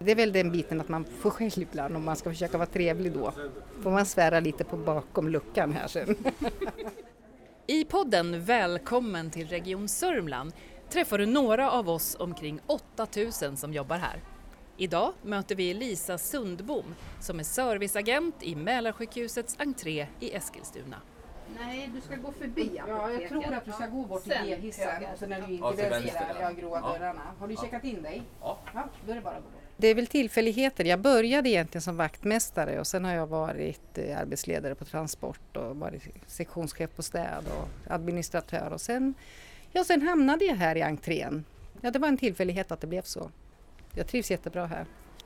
Det är väl den biten att man får skäll ibland om man ska försöka vara trevlig då. Får man svära lite på bakom luckan här sen. I podden Välkommen till Region Sörmland träffar du några av oss omkring 8000 som jobbar här. Idag möter vi Lisa Sundbom som är serviceagent i Mälarsjukhusets entré i Eskilstuna. Nej, du ska gå förbi apoteket. Ja, jag tror att du ska gå bort till D-hissen och sen är du inte där gråa dörrarna. Har du checkat in dig? Ja, då är det bara att gå bort. Det är väl tillfälligheter. Jag började egentligen som vaktmästare och sen har jag varit arbetsledare på transport och varit sektionschef på städ och administratör och sen hamnade jag här i entrén. Ja, det var en tillfällighet att det blev så. Jag trivs jättebra här.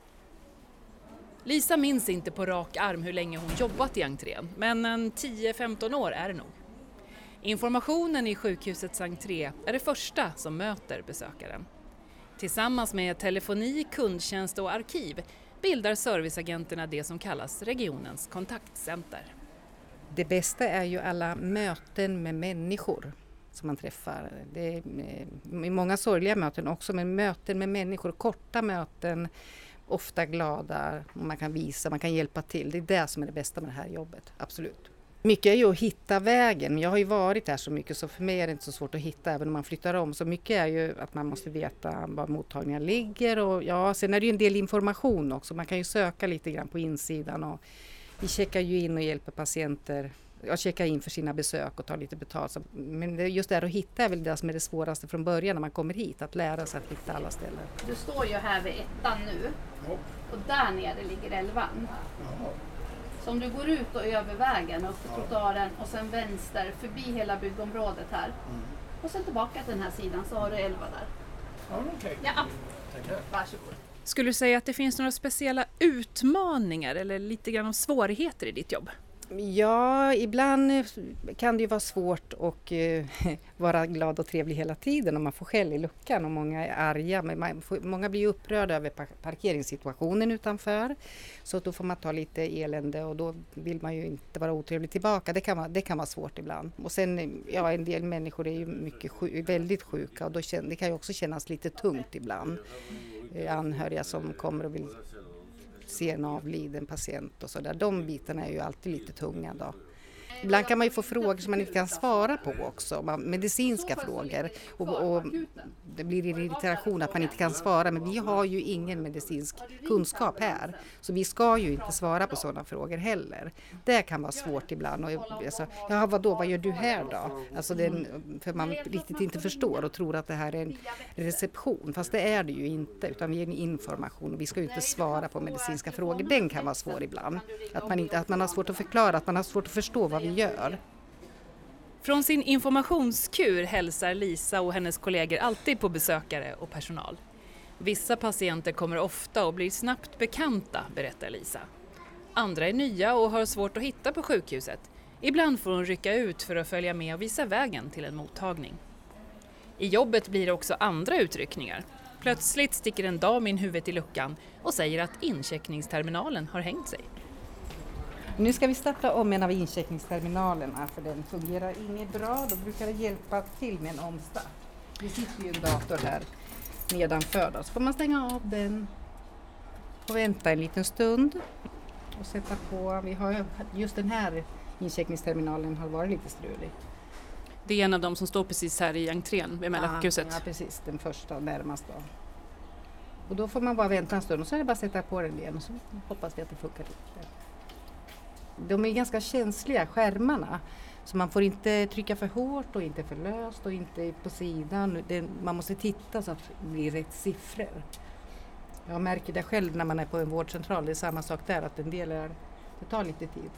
Lisa minns inte på rak arm hur länge hon jobbat i entrén, men en 10-15 år är det nog. Informationen i sjukhusets entré är det första som möter besökaren. Tillsammans med telefoni, kundtjänst och arkiv bildar serviceagenterna det som kallas regionens kontaktcenter. Det bästa är ju alla möten med människor som man träffar. Det är många sorgliga möten också, men möten med människor, korta möten, ofta glada, man kan visa, man kan hjälpa till. Det är det som är det bästa med det här jobbet, absolut. Mycket är ju att hitta vägen. Jag har ju varit här så mycket så för mig är det inte så svårt att hitta även om man flyttar om. Så mycket är ju att man måste veta var mottagningen ligger och ja, sen är det ju en del information också. Man kan ju söka lite grann på insidan och vi checkar ju in och hjälper patienter. Jag checkar in för sina besök och tar lite betalt. Men just det här att hitta är väl det som är det svåraste från början när man kommer hit. Att lära sig att hitta alla ställen. Du står ju här vid 1:an nu och där nere ligger 11:an. Så om du går ut och över vägen upp till trottoaren och sen vänster förbi hela byggområdet här och sen tillbaka till den här sidan så har du 11 där. Okej. Ja, varsågod. Skulle du säga att det finns några speciella utmaningar eller lite grann av svårigheter i ditt jobb? Ja, ibland kan det ju vara svårt att vara glad och trevlig hela tiden om man får skäll i luckan och många är arga. Men många blir ju upprörda över parkeringssituationen utanför så då får man ta lite elände och då vill man ju inte vara otrevlig tillbaka. Det kan vara svårt ibland. Och sen, ja, en del människor är ju väldigt sjuka och då det kan ju också kännas lite tungt ibland. Anhöriga som kommer och vill se en avliden patient och sådär. De bitarna är ju alltid lite tunga då. Ibland kan man ju få frågor som man inte kan svara på också. Medicinska frågor. Och det blir en irritation att man inte kan svara. Men vi har ju ingen medicinsk kunskap här. Så vi ska ju inte svara på sådana frågor heller. Det kan vara svårt ibland. Och ja, vad gör du här då? Alltså för man riktigt inte förstår och tror att det här är en reception. Fast det är det ju inte. Utan vi ger en information. Och vi ska ju inte svara på medicinska frågor. Den kan vara svår ibland. Att man har svårt att förklara. Att man har svårt att förstå vad vi gör. Från sin informationskur hälsar Lisa och hennes kollegor alltid på besökare och personal. Vissa patienter kommer ofta och blir snabbt bekanta, berättar Lisa. Andra är nya och har svårt att hitta på sjukhuset. Ibland får hon rycka ut för att följa med och visa vägen till en mottagning. I jobbet blir det också andra utryckningar. Plötsligt sticker en dam in huvudet i luckan och säger att incheckningsterminalen har hängt sig. Nu ska vi starta om en av incheckningsterminalerna för den fungerar inget bra. Då brukar det hjälpa till med en omstart. Det sitter ju en dator här nedanför då. Så får man stänga av den och vänta en liten stund och sätta på. Vi har just den här incheckningsterminalen har varit lite strulig. Det är en av dem som står precis här i entrén vid Mälarsjukhuset. Ja, precis. Den första närmast då. Och då får man bara vänta en stund och så är det bara att sätta på den igen och så hoppas vi att det funkar lite. De är ganska känsliga, skärmarna. Så man får inte trycka för hårt och inte för löst och inte på sidan. Man måste titta så att det blir rätt siffror. Jag märker det själv när man är på en vårdcentral. Det är samma sak där, att en del det tar lite tid.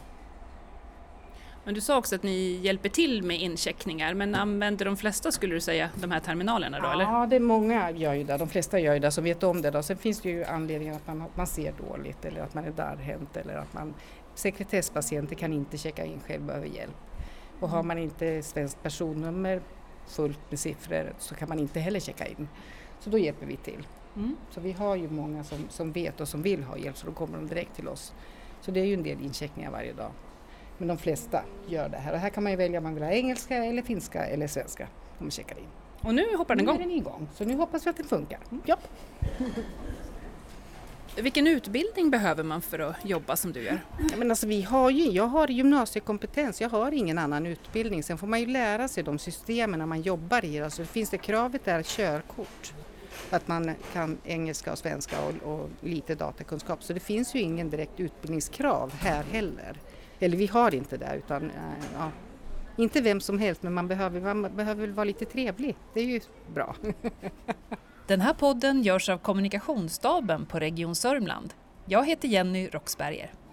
Men du sa också att ni hjälper till med incheckningar. Men använder de flesta, skulle du säga, de här terminalerna då? Eller? Ja, det är många gör ju det. De flesta gör ju det som vet om det. Då. Sen finns det ju anledningar att man ser dåligt eller att man är darrhänt eller att sekretesspatienter kan inte checka in själv, behöver hjälp. Och har man inte svenskt personnummer fullt med siffror så kan man inte heller checka in. Så då hjälper vi till. Så vi har ju många som vet och som vill ha hjälp så då kommer de direkt till oss. Så det är ju en del incheckningar varje dag. Men de flesta gör det här. Och här kan man ju välja om man vill ha engelska eller finska eller svenska om man checkar in. Och nu hoppar den igång? Nu är den igång. Så nu hoppas vi att den funkar. Ja. Vilken utbildning behöver man för att jobba som du gör? Ja, men alltså jag har gymnasiekompetens, jag har ingen annan utbildning. Sen får man ju lära sig de systemen när man jobbar i. Alltså finns det kravet är körkort. Att man kan engelska och svenska och lite datakunskap. Så det finns ju ingen direkt utbildningskrav här heller. Eller vi har inte det, utan ja, inte vem som helst, men man behöver väl vara lite trevlig. Det är ju bra. Den här podden görs av kommunikationsstaben på Region Sörmland. Jag heter Jenny Roxberger.